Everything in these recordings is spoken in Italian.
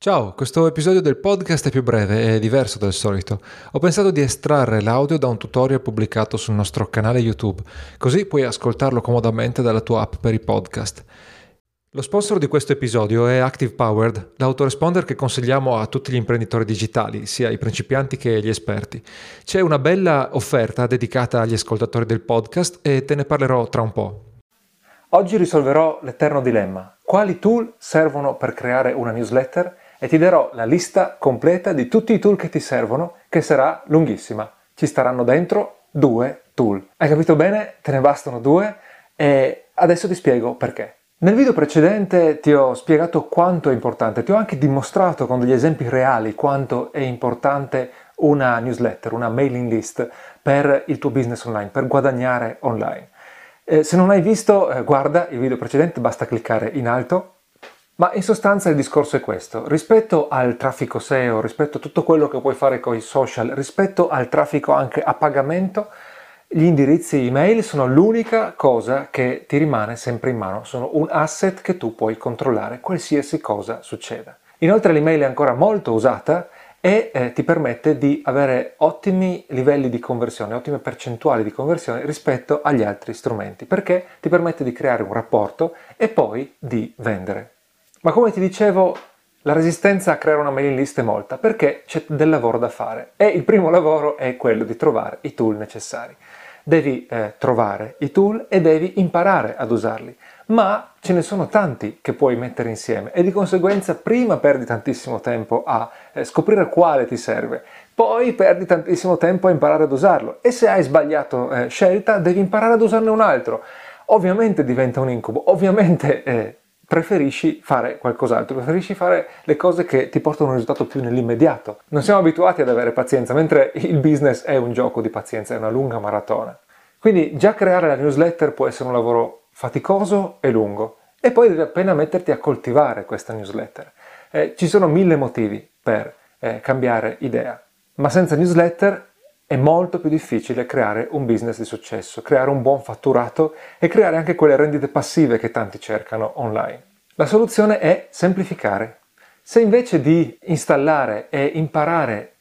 Ciao, questo episodio del podcast è più breve e diverso del solito. Ho pensato di estrarre l'audio da un tutorial pubblicato sul nostro canale YouTube, così puoi ascoltarlo comodamente dalla tua app per i podcast. Lo sponsor di questo episodio è Active Powered, l'autoresponder che consigliamo a tutti gli imprenditori digitali, sia i principianti che gli esperti. C'è una bella offerta dedicata agli ascoltatori del podcast e te ne parlerò tra un po'. Oggi risolverò l'eterno dilemma: quali tool servono per creare una newsletter? E ti darò la lista completa di tutti i tool che ti servono, che sarà lunghissima. Ci staranno dentro 2 tool. Hai capito bene? Te ne bastano 2 e adesso ti spiego perché. Nel video precedente ti ho spiegato quanto è importante, ti ho anche dimostrato con degli esempi reali quanto è importante una newsletter, una mailing list per il tuo business online, per guadagnare online. Se non hai visto, guarda il video precedente, basta cliccare in alto. Ma in sostanza il discorso è questo: rispetto al traffico SEO, rispetto a tutto quello che puoi fare con i social, rispetto al traffico anche a pagamento, gli indirizzi email sono l'unica cosa che ti rimane sempre in mano, sono un asset che tu puoi controllare qualsiasi cosa succeda. Inoltre l'email è ancora molto usata e ti permette di avere ottimi livelli di conversione, ottime percentuali di conversione rispetto agli altri strumenti, perché ti permette di creare un rapporto e poi di vendere. Ma come ti dicevo, la resistenza a creare una mailing list è molta, perché c'è del lavoro da fare e il primo lavoro è quello di trovare i tool necessari. Devi trovare i tool e devi imparare ad usarli, ma ce ne sono tanti che puoi mettere insieme e di conseguenza prima perdi tantissimo tempo a scoprire quale ti serve, poi perdi tantissimo tempo a imparare ad usarlo e se hai sbagliato scelta devi imparare ad usarne un altro. Ovviamente diventa un incubo, ovviamente preferisci fare qualcos'altro, preferisci fare le cose che ti portano un risultato più nell'immediato. Non siamo abituati ad avere pazienza, mentre il business è un gioco di pazienza, è una lunga maratona. Quindi già creare la newsletter può essere un lavoro faticoso e lungo e poi devi appena metterti a coltivare questa newsletter. Ci sono 1000 motivi per cambiare idea, ma senza newsletter è molto più difficile creare un business di successo, creare un buon fatturato e creare anche quelle rendite passive che tanti cercano online. La soluzione è semplificare. Se invece di installare e imparare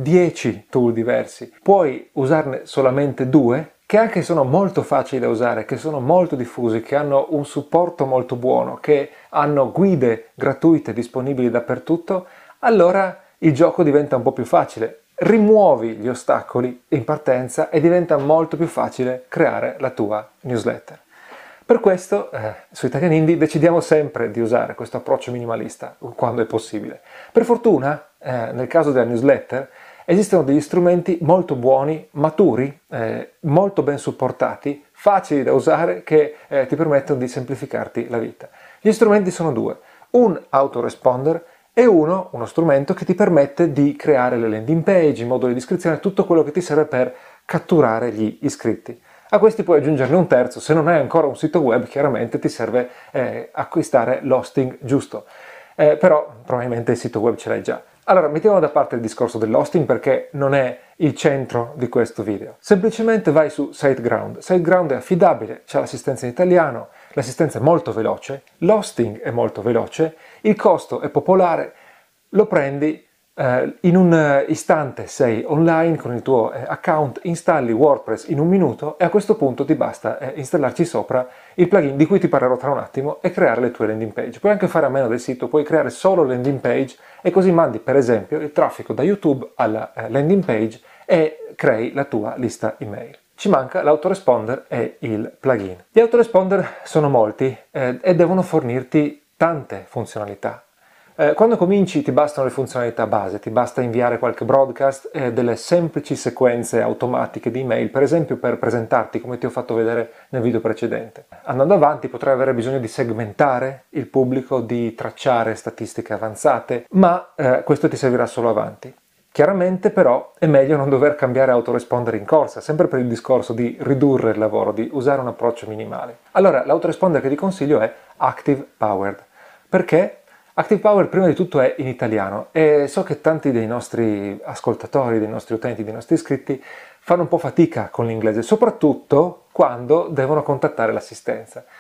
10 tool diversi, puoi usarne solamente 2, che anche sono molto facili da usare, che sono molto diffusi, che hanno un supporto molto buono, che hanno guide gratuite disponibili dappertutto, allora il gioco diventa un po' più facile. Rimuovi gli ostacoli in partenza e diventa molto più facile creare la tua newsletter. Per questo su Italian Indie decidiamo sempre di usare questo approccio minimalista quando è possibile. Per fortuna, nel caso della newsletter, esistono degli strumenti molto buoni, maturi, molto ben supportati, facili da usare, che ti permettono di semplificarti la vita. Gli strumenti sono 2: un autoresponder e uno strumento che ti permette di creare le landing page, i moduli di iscrizione, tutto quello che ti serve per catturare gli iscritti. A questi puoi aggiungerne un terzo: se non hai ancora un sito web, chiaramente ti serve acquistare l'hosting giusto, però probabilmente il sito web ce l'hai già. Allora, mettiamo da parte il discorso dell'hosting perché non è il centro di questo video. Semplicemente vai su SiteGround. SiteGround è affidabile, c'è l'assistenza in italiano, l'assistenza è molto veloce, l'hosting è molto veloce, il costo è popolare, lo prendi in un istante, sei online con il tuo account, installi WordPress in un minuto e a questo punto ti basta installarci sopra il plugin di cui ti parlerò tra un attimo e creare le tue landing page. Puoi anche fare a meno del sito, puoi creare solo landing page e così mandi per esempio il traffico da YouTube alla landing page e crei la tua lista email. Ci manca l'autoresponder e il plugin. Gli autoresponder sono molti e devono fornirti tante funzionalità. Quando cominci ti bastano le funzionalità base, ti basta inviare qualche broadcast e delle semplici sequenze automatiche di email, per esempio per presentarti, come ti ho fatto vedere nel video precedente. Andando avanti potrai avere bisogno di segmentare il pubblico, di tracciare statistiche avanzate, ma questo ti servirà solo avanti. Chiaramente però è meglio non dover cambiare autoresponder in corsa, sempre per il discorso di ridurre il lavoro, di usare un approccio minimale. Allora l'autoresponder che ti consiglio è Active Powered. Perché? Active Power prima di tutto è in italiano e so che tanti dei nostri ascoltatori, dei nostri utenti, dei nostri iscritti fanno un po' fatica con l'inglese, soprattutto quando devono contattare l'assistenza.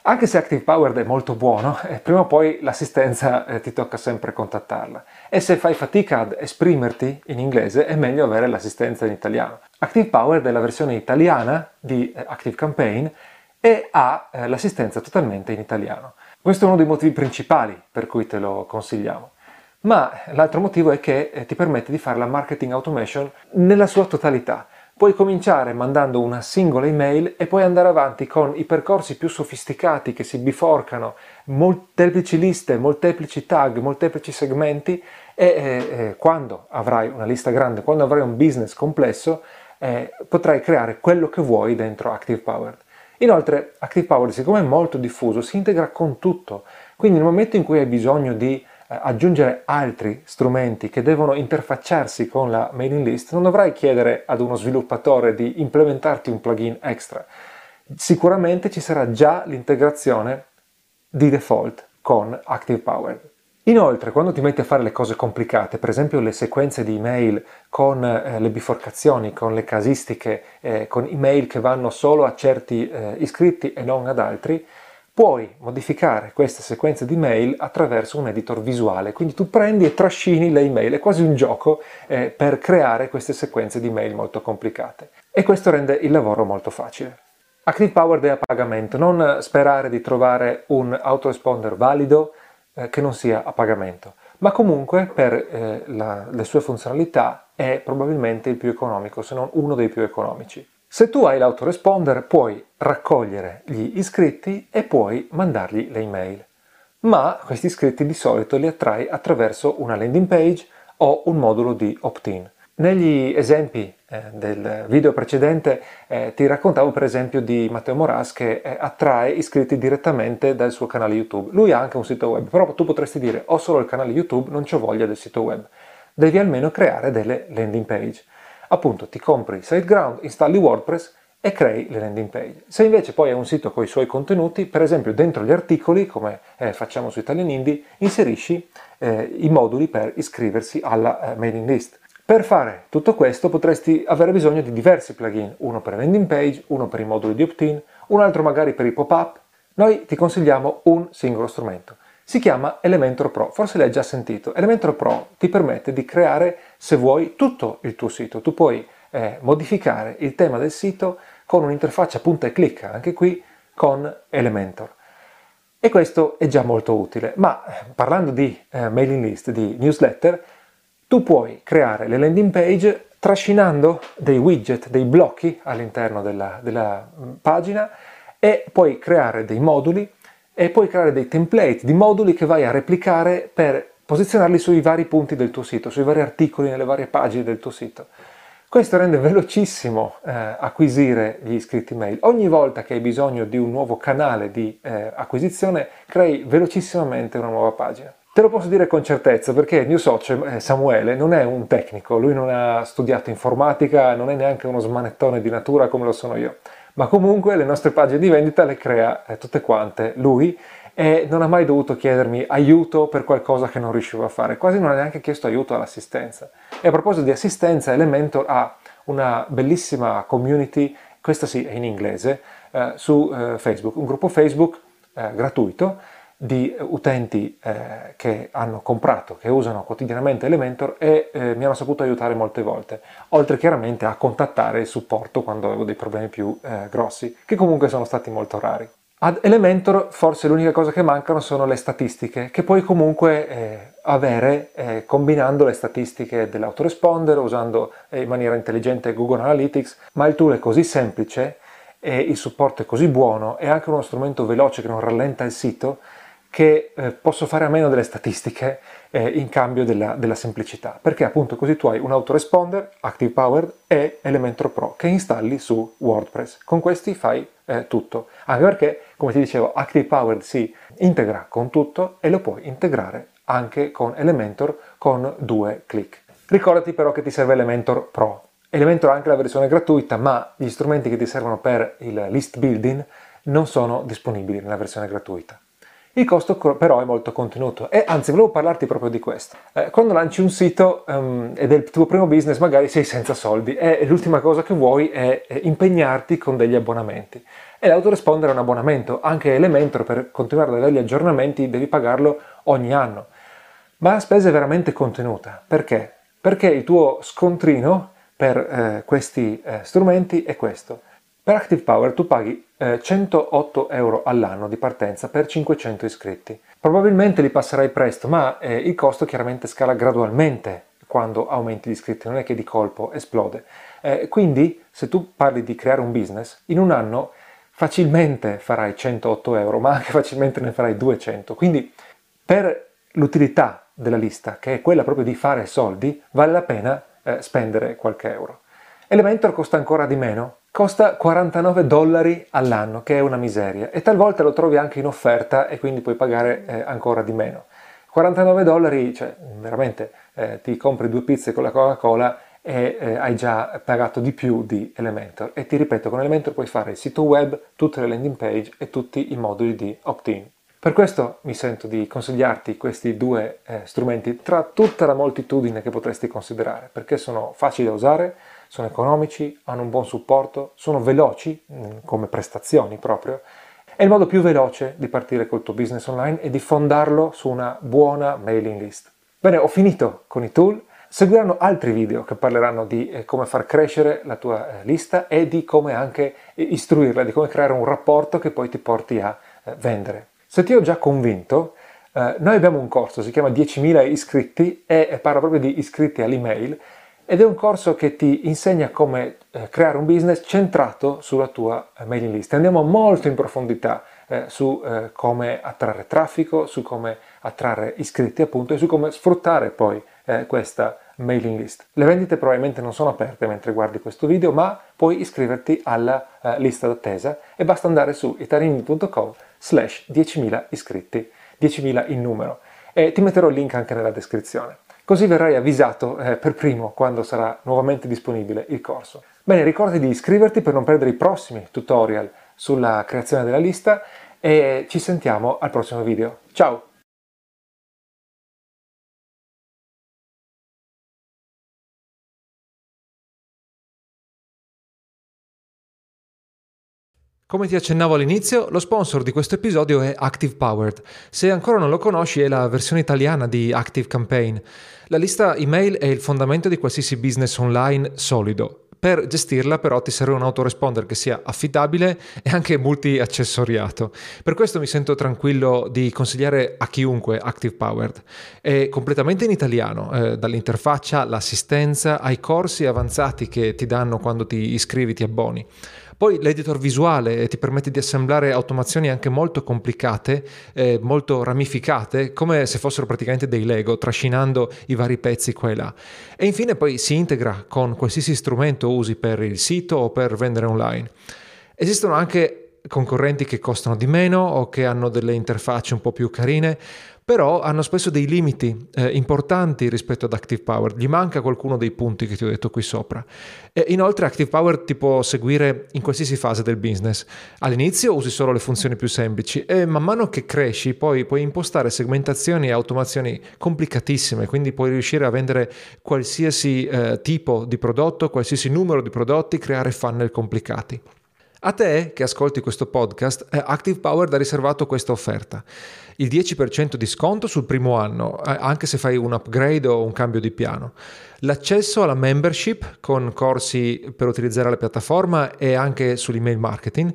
Anche se Active Powered è molto buono, prima o poi l'assistenza ti tocca sempre contattarla. E se fai fatica ad esprimerti in inglese, è meglio avere l'assistenza in italiano. Active Powered è la versione italiana di Active Campaign e ha l'assistenza totalmente in italiano. Questo è uno dei motivi principali per cui te lo consigliamo. Ma l'altro motivo è che ti permette di fare la marketing automation nella sua totalità. Puoi cominciare mandando una singola email e poi andare avanti con i percorsi più sofisticati che si biforcano, molteplici liste, molteplici tag, molteplici segmenti e quando avrai una lista grande, quando avrai un business complesso, potrai creare quello che vuoi dentro Active Powered. Inoltre Active Powered, siccome è molto diffuso, si integra con tutto, quindi nel momento in cui hai bisogno di aggiungere altri strumenti che devono interfacciarsi con la mailing list, non dovrai chiedere ad uno sviluppatore di implementarti un plugin extra. Sicuramente ci sarà già l'integrazione di default con Active Powered. Inoltre, quando ti metti a fare le cose complicate, per esempio le sequenze di email con le biforcazioni, con le casistiche, con email che vanno solo a certi iscritti e non ad altri, puoi modificare queste sequenze di mail attraverso un editor visuale, quindi tu prendi e trascini le email, è quasi un gioco per creare queste sequenze di mail molto complicate e questo rende il lavoro molto facile. Active Powered è a pagamento, non sperare di trovare un autoresponder valido che non sia a pagamento, ma comunque per le sue funzionalità è probabilmente il più economico, se non uno dei più economici. Se tu hai l'autoresponder puoi raccogliere gli iscritti e puoi mandargli le email, ma questi iscritti di solito li attrai attraverso una landing page o un modulo di opt-in. Negli esempi del video precedente ti raccontavo per esempio di Matteo Moras che attrae iscritti direttamente dal suo canale YouTube. Lui ha anche un sito web, però tu potresti dire ho solo il canale YouTube, non c'ho voglia del sito web. Devi almeno creare delle landing page. Appunto ti compri SiteGround, installi WordPress e crei le landing page. Se invece poi hai un sito con i suoi contenuti, per esempio dentro gli articoli, come facciamo su Italian Indie, inserisci i moduli per iscriversi alla mailing list. Per fare tutto questo potresti avere bisogno di diversi plugin, uno per le landing page, uno per i moduli di opt-in, un altro magari per i pop-up. Noi ti consigliamo un singolo strumento. Si chiama Elementor Pro, forse l'hai già sentito. Elementor Pro ti permette di creare, se vuoi, tutto il tuo sito. Tu puoi modificare il tema del sito con un'interfaccia punta e clicca, anche qui con Elementor. E questo è già molto utile. Ma parlando di mailing list, di newsletter, tu puoi creare le landing page trascinando dei widget, dei blocchi all'interno della pagina e puoi creare dei moduli e puoi creare dei template di moduli che vai a replicare per posizionarli sui vari punti del tuo sito, sui vari articoli, nelle varie pagine del tuo sito. Questo rende velocissimo acquisire gli iscritti mail. Ogni volta che hai bisogno di un nuovo canale di acquisizione, crei velocissimamente una nuova pagina. Te lo posso dire con certezza perché il mio socio Samuele non è un tecnico, lui non ha studiato informatica, non è neanche uno smanettone di natura come lo sono io. Ma comunque le nostre pagine di vendita le crea tutte quante lui e non ha mai dovuto chiedermi aiuto per qualcosa che non riuscivo a fare, quasi non ha neanche chiesto aiuto all'assistenza. E a proposito di assistenza, Elementor ha una bellissima community, questa sì è in inglese, su Facebook, un gruppo Facebook gratuito di utenti che hanno comprato, che usano quotidianamente Elementor e mi hanno saputo aiutare molte volte, oltre chiaramente a contattare il supporto quando avevo dei problemi più grossi, che comunque sono stati molto rari. Ad Elementor forse l'unica cosa che mancano sono le statistiche, che puoi comunque avere combinando le statistiche dell'autoresponder, usando in maniera intelligente Google Analytics, ma il tool è così semplice e il supporto è così buono, è anche uno strumento veloce che non rallenta il sito, che posso fare a meno delle statistiche in cambio della semplicità, perché appunto così tu hai un autoresponder, Active Powered e Elementor Pro che installi su WordPress. Con questi fai tutto, anche perché, come ti dicevo, Active Powered si integra con tutto e lo puoi integrare anche con Elementor con 2 clic. Ricordati però che ti serve Elementor Pro. Elementor ha anche la versione gratuita, ma gli strumenti che ti servono per il list building non sono disponibili nella versione gratuita. Il costo però è molto contenuto e anzi volevo parlarti proprio di questo. Quando lanci un sito ed è il tuo primo business, magari sei senza soldi e l'ultima cosa che vuoi è impegnarti con degli abbonamenti. E l'autoresponder è un abbonamento, anche Elementor per continuare a dare gli aggiornamenti devi pagarlo ogni anno. Ma la spesa è veramente contenuta. Perché? Perché il tuo scontrino per questi strumenti è questo. Per Active Power tu paghi 108 euro all'anno di partenza per 500 iscritti. Probabilmente li passerai presto, ma il costo chiaramente scala gradualmente quando aumenti gli iscritti, non è che di colpo esplode. Quindi se tu parli di creare un business, in un anno facilmente farai 108 euro, ma anche facilmente ne farai 200. Quindi per l'utilità della lista, che è quella proprio di fare soldi, vale la pena spendere qualche euro. Elementor costa ancora di meno, costa $49 all'anno, che è una miseria, e talvolta lo trovi anche in offerta e quindi puoi pagare ancora di meno. $49, cioè veramente ti compri 2 pizze con la Coca-Cola e hai già pagato di più di Elementor. E ti ripeto, con Elementor puoi fare il sito web, tutte le landing page e tutti i moduli di opt-in. Per questo mi sento di consigliarti questi 2 strumenti tra tutta la moltitudine che potresti considerare, perché sono facili da usare, sono economici, hanno un buon supporto, sono veloci come prestazioni proprio. È il modo più veloce di partire col tuo business online e di fondarlo su una buona mailing list. Bene, ho finito con i tool. Seguiranno altri video che parleranno di come far crescere la tua lista e di come anche istruirla, di come creare un rapporto che poi ti porti a vendere. Se ti ho già convinto, noi abbiamo un corso, si chiama 10.000 iscritti e parla proprio di iscritti all'email ed è un corso che ti insegna come creare un business centrato sulla tua mailing list. Andiamo molto in profondità su come attrarre traffico, su come attrarre iscritti appunto e su come sfruttare poi questa mailing list. Le vendite probabilmente non sono aperte mentre guardi questo video, ma puoi iscriverti alla lista d'attesa e basta andare su italinini.com/10.000 iscritti, 10.000 in numero, e ti metterò il link anche nella descrizione. Così verrai avvisato per primo quando sarà nuovamente disponibile il corso. Bene, ricordi di iscriverti per non perdere i prossimi tutorial sulla creazione della lista e ci sentiamo al prossimo video. Ciao! Come ti accennavo all'inizio, lo sponsor di questo episodio è Active Powered. Se ancora non lo conosci, è la versione italiana di Active Campaign. La lista email è il fondamento di qualsiasi business online solido. Per gestirla però ti serve un autoresponder che sia affidabile e anche multi-accessoriato. Per questo mi sento tranquillo di consigliare a chiunque Active Powered. È completamente in italiano, dall'interfaccia, l'assistenza, ai corsi avanzati che ti danno quando ti iscrivi, ti abboni. Poi l'editor visuale ti permette di assemblare automazioni anche molto complicate, molto ramificate, come se fossero praticamente dei Lego, trascinando i vari pezzi qua e là. E infine poi si integra con qualsiasi strumento usi per il sito o per vendere online. Esistono anche concorrenti che costano di meno o che hanno delle interfacce un po' più carine, però hanno spesso dei limiti importanti rispetto ad Active Power. Gli manca qualcuno dei punti che ti ho detto qui sopra. E inoltre Active Power ti può seguire in qualsiasi fase del business. All'inizio usi solo le funzioni più semplici e man mano che cresci poi puoi impostare segmentazioni e automazioni complicatissime, quindi puoi riuscire a vendere qualsiasi tipo di prodotto, qualsiasi numero di prodotti, creare funnel complicati. A te che ascolti questo podcast, Active Powered ha riservato questa offerta. Il 10% di sconto sul primo anno, anche se fai un upgrade o un cambio di piano. L'accesso alla membership con corsi per utilizzare la piattaforma e anche sull'email marketing.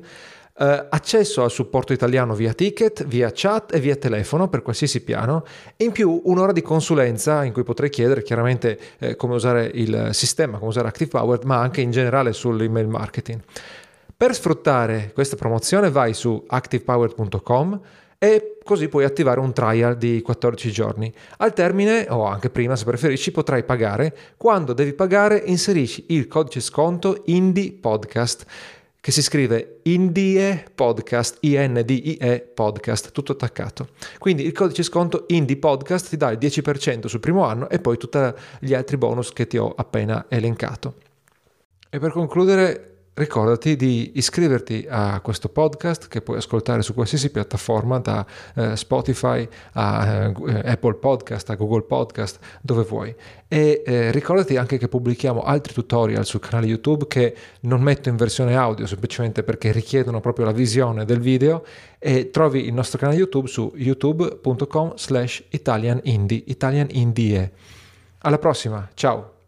Accesso al supporto italiano via ticket, via chat e via telefono per qualsiasi piano. E in più un'ora di consulenza in cui potrai chiedere chiaramente come usare il sistema, come usare Active Powered, ma anche in generale sull'email marketing. Per sfruttare questa promozione vai su activepowered.com e così puoi attivare un trial di 14 giorni. Al termine, o anche prima se preferisci, potrai pagare. Quando devi pagare inserisci il codice sconto Indie Podcast, che si scrive Indie Podcast, INDIE Podcast, tutto attaccato. Quindi il codice sconto Indie Podcast ti dà il 10% sul primo anno e poi tutti gli altri bonus che ti ho appena elencato. E per concludere ricordati di iscriverti a questo podcast che puoi ascoltare su qualsiasi piattaforma, da Spotify a Apple Podcast, a Google Podcast, dove vuoi. E ricordati anche che pubblichiamo altri tutorial sul canale YouTube che non metto in versione audio semplicemente perché richiedono proprio la visione del video, e trovi il nostro canale YouTube su youtube.com/italianindie. Alla prossima, ciao!